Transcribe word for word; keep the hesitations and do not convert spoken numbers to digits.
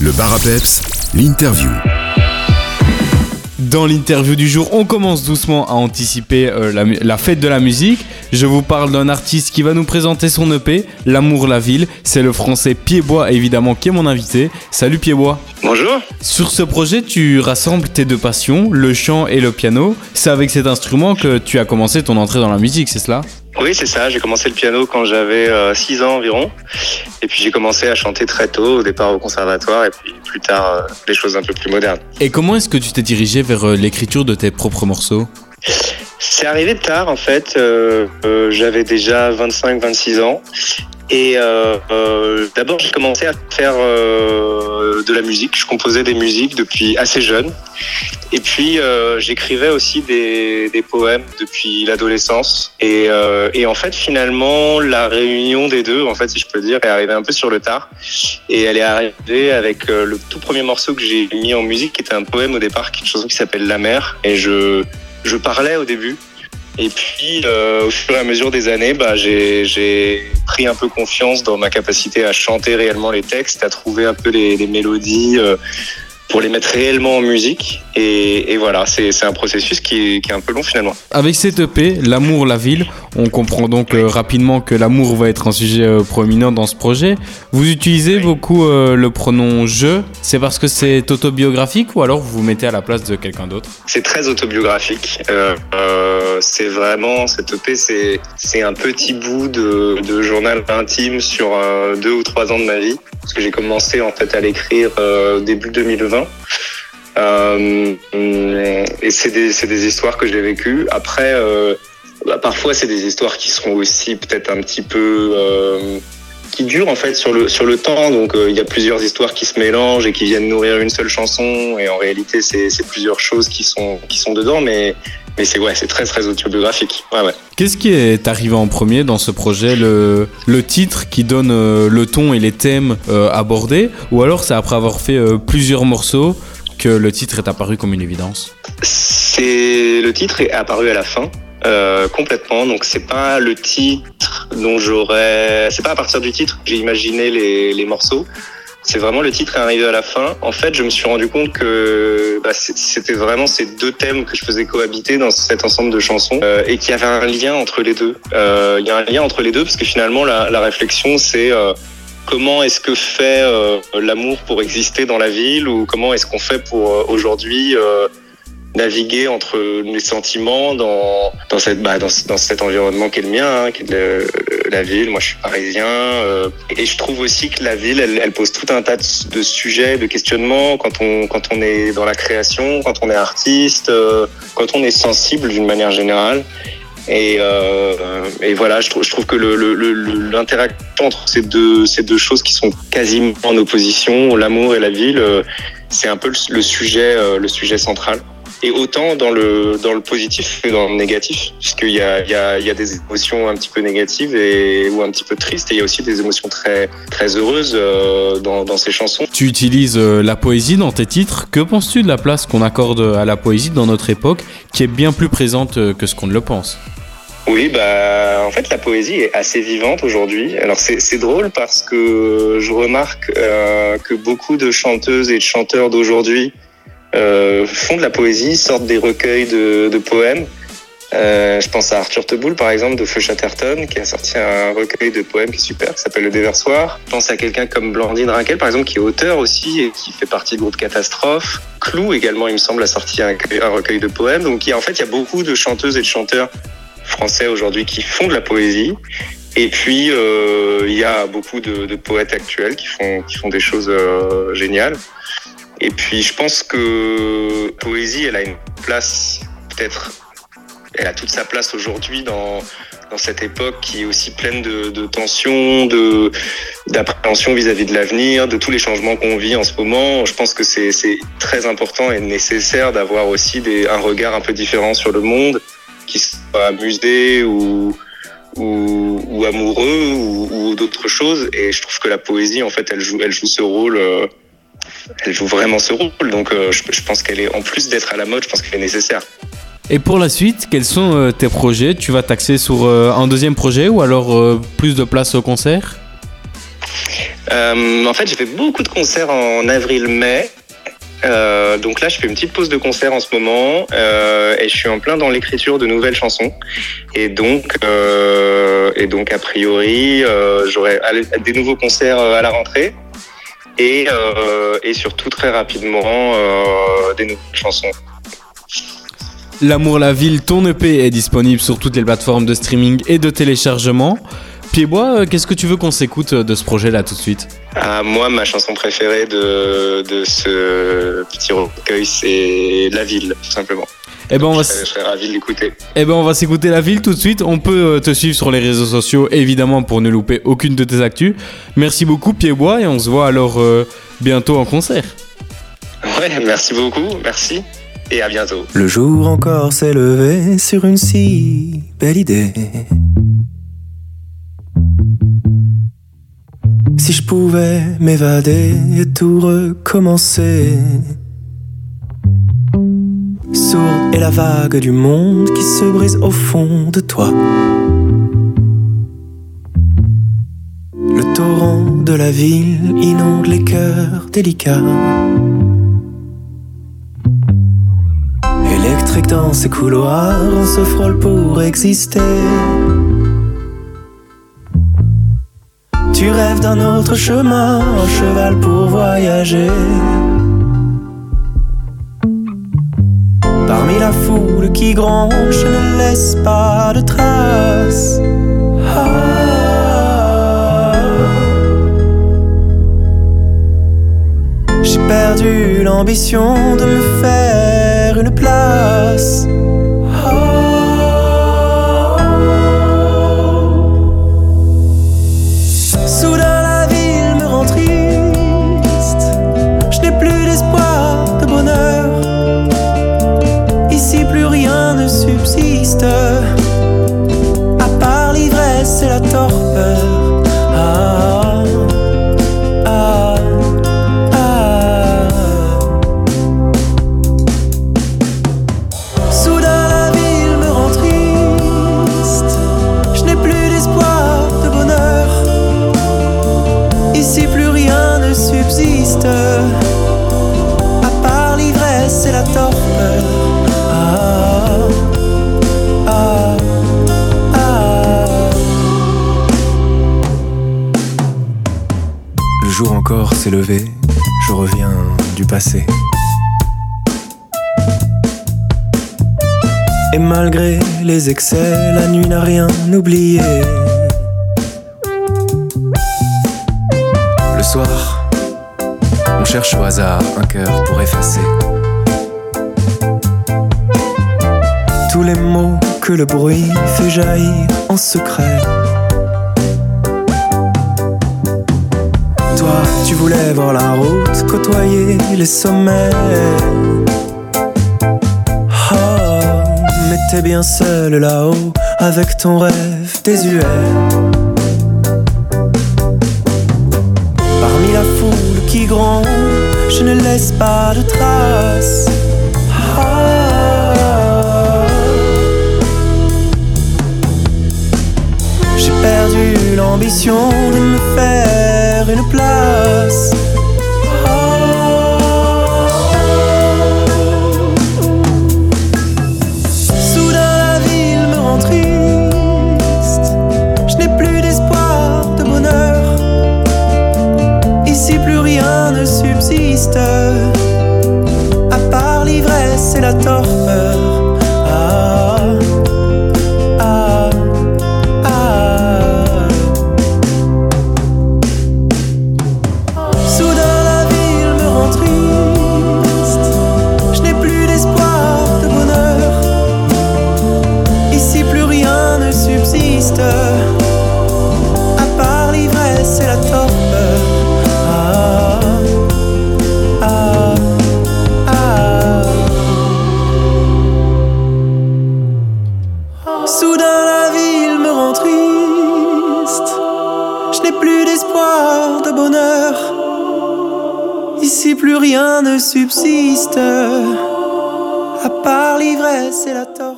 Le Bar à Peps, l'interview. Dans l'interview du jour, on commence doucement à anticiper euh, la, la fête de la musique. Je vous parle d'un artiste qui va nous présenter son E P, L'amour, la ville. C'est le français Piedbois, évidemment, qui est mon invité. Salut Piedbois. Bonjour. Sur ce projet, tu rassembles tes deux passions, le chant et le piano. C'est avec cet instrument que tu as commencé ton entrée dans la musique, c'est cela ? Oui, c'est ça. J'ai commencé le piano quand j'avais euh, six ans environ. Et puis j'ai commencé à chanter très tôt, au départ au conservatoire, et puis plus tard, euh, des choses un peu plus modernes. Et comment est-ce que tu t'es dirigé vers euh, l'écriture de tes propres morceaux ? C'est arrivé tard, en fait. Euh, euh, j'avais déjà vingt-cinq vingt-six ans. Et euh, euh, d'abord, j'ai commencé à faire euh, de la musique. Je composais des musiques depuis assez jeune. Et puis, euh, j'écrivais aussi des, des poèmes depuis l'adolescence. Et, euh, et en fait, finalement, la réunion des deux, en fait, si je peux dire, est arrivée un peu sur le tard. Et elle est arrivée avec euh, le tout premier morceau que j'ai mis en musique, qui était un poème au départ, qui est une chanson qui s'appelle La mer. Et je, je parlais au début. Et puis, euh, au fur et à mesure des années, bah, j'ai, j'ai pris un peu confiance dans ma capacité à chanter réellement les textes, à trouver un peu les, les mélodies euh, pour les mettre réellement en musique. Et, et voilà, c'est, c'est un processus qui est, qui est un peu long finalement. Avec cet E P, L'amour, la ville, on comprend donc euh, rapidement que l'amour va être un sujet euh, proéminent dans ce projet. Vous utilisez oui. beaucoup euh, le pronom « je ». C'est parce que c'est autobiographique ou alors vous vous mettez à la place de quelqu'un d'autre ? C'est très autobiographique. Euh, euh, c'est vraiment, cet E P, c'est, c'est un petit bout de, de journal intime sur euh, deux ou trois ans de ma vie. Parce que j'ai commencé en fait à l'écrire euh, début deux mille vingt. Euh, et c'est des, c'est des histoires que j'ai vécues. Après, euh, bah, parfois c'est des histoires qui seront aussi peut-être un petit peu euh, qui durent en fait sur le sur le temps. Donc il euh, y a plusieurs histoires qui se mélangent et qui viennent nourrir une seule chanson. Et en réalité, c'est, c'est plusieurs choses qui sont qui sont dedans, mais mais c'est ouais, c'est très très autobiographique. Ouais ouais. Qu'est-ce qui est arrivé en premier dans ce projet, le le titre qui donne euh, le ton et les thèmes euh, abordés, ou alors c'est après avoir fait euh, plusieurs morceaux que le titre est apparu comme une évidence ? C'est le titre est apparu à la fin. Euh, complètement, donc c'est pas le titre dont j'aurais, c'est pas à partir du titre que j'ai imaginé les, les morceaux, c'est vraiment le titre est arrivé à la fin. En fait, je me suis rendu compte que bah, c'était vraiment ces deux thèmes que je faisais cohabiter dans cet ensemble de chansons euh, et qu'il y avait un lien entre les deux. Euh, il y a un lien entre les deux parce que finalement la, la réflexion c'est euh, comment est-ce que fait euh, l'amour pour exister dans la ville, ou comment est-ce qu'on fait pour euh, aujourd'hui euh, naviguer entre les sentiments dans dans cette bah, dans, dans cet environnement qui est le mien, hein, qui est le, la ville. Moi, je suis parisien euh, et je trouve aussi que la ville, elle, elle pose tout un tas de, de sujets, de questionnements quand on quand on est dans la création, quand on est artiste, euh, quand on est sensible d'une manière générale. Et, euh, et voilà, je trouve, je trouve que le, le, le, l'interaction entre ces deux, ces deux choses qui sont quasiment en opposition, l'amour et la ville, euh, c'est un peu le, le sujet, euh, le sujet central. Et autant dans le dans le positif que dans le négatif, puisqu'il y a il y a il y a des émotions un petit peu négatives et ou un petit peu tristes, et il y a aussi des émotions très très heureuses euh, dans dans ces chansons. Tu utilises euh, la poésie dans tes titres. Que penses-tu de la place qu'on accorde à la poésie dans notre époque, qui est bien plus présente euh, que ce qu'on ne le pense ? Oui, bah en fait la poésie est assez vivante aujourd'hui. Alors c'est c'est drôle parce que je remarque euh, que beaucoup de chanteuses et de chanteurs d'aujourd'hui Euh, font de la poésie, sortent des recueils de, de poèmes. Euh, je pense à Arthur Teboul, par exemple, de Feu Chatterton, qui a sorti un recueil de poèmes qui est super, qui s'appelle Le Déversoir. Je pense à quelqu'un comme Blandine Rinkel, par exemple, qui est auteur aussi et qui fait partie du groupe Catastrophe. Clou également, il me semble, a sorti un, un recueil de poèmes. Donc, il y a, en fait, il y a beaucoup de chanteuses et de chanteurs français aujourd'hui qui font de la poésie. Et puis, euh, il y a beaucoup de, de poètes actuels qui font, qui font des choses euh, géniales. Et puis, je pense que la poésie, elle a une place, peut-être, elle a toute sa place aujourd'hui dans, dans cette époque qui est aussi pleine de, de tensions, de, d'appréhension vis-à-vis de l'avenir, de tous les changements qu'on vit en ce moment. Je pense que c'est, c'est très important et nécessaire d'avoir aussi des, un regard un peu différent sur le monde, qui soit amusé ou, ou, ou amoureux ou, ou d'autres choses. Et je trouve que la poésie, en fait, elle joue, elle joue ce rôle... Euh, Elle joue vraiment ce rôle, donc euh, je, je pense qu'elle est, en plus d'être à la mode, je pense qu'elle est nécessaire. Et pour la suite, quels sont euh, tes projets ? Tu vas t'axer sur euh, un deuxième projet ou alors euh, plus de place au concert ? Euh, en fait, j'ai fait beaucoup de concerts en avril-mai. Euh, donc là, je fais une petite pause de concert en ce moment euh, et je suis en plein dans l'écriture de nouvelles chansons. Et donc, euh, et donc a priori, euh, j'aurai des nouveaux concerts à la rentrée et, euh, et surtout très rapidement euh, des nouvelles chansons. L'amour, la ville, ton E P est disponible sur toutes les plateformes de streaming et de téléchargement. Pied-Bois, qu'est-ce que tu veux qu'on s'écoute de ce projet-là tout de suite ? Ah, moi, ma chanson préférée de, de ce petit recueil, c'est La Ville, tout simplement. Eh ben on va je, serais, je serais ravi de l'écouter. Eh ben on va s'écouter La Ville tout de suite. On peut te suivre sur les réseaux sociaux, évidemment, pour ne louper aucune de tes actus. Merci beaucoup, Pied-Bois, et on se voit alors euh, bientôt en concert. Ouais, merci beaucoup, merci, et à bientôt. Le jour encore s'est levé sur une si belle idée. Si je pouvais m'évader et tout recommencer. Sourde est la vague du monde qui se brise au fond de toi. Le torrent de la ville inonde les cœurs délicats. Électrique dans ces couloirs, on se frôle pour exister. Tu rêves d'un autre chemin, un cheval pour voyager. Parmi la foule qui gronde, je ne laisse pas de traces. Ah. J'ai perdu l'ambition de me faire une place. À part l'ivresse et la torpeur. Ah, ah, ah. Soudain la ville me rend triste. Je n'ai plus d'espoir de bonheur. Ici plus rien ne subsiste. À part l'ivresse et la torpeur. Ah. Ah, ah. Le jour encore s'est levé, je reviens du passé. Et malgré les excès, la nuit n'a rien oublié. Le soir, on cherche au hasard un cœur pour effacer tous les mots que le bruit fait jaillir en secret. Toi, tu voulais voir la route, côtoyer les sommets. Oh, mais t'es bien seul là-haut, avec ton rêve désuet. Parmi la foule qui gronde, je ne laisse pas de traces. J'ai perdu l'ambition de me faire une place. Oh. Soudain la ville me rend triste. Je n'ai plus d'espoir de bonheur. Ici plus rien ne subsiste. À part l'ivresse et la torpeur. Ah. À part l'ivresse et la torpeur. Ah, ah, ah. Soudain la ville me rend triste. Je n'ai plus d'espoir de bonheur. Ici plus rien ne subsiste. À part l'ivresse et la torpeur.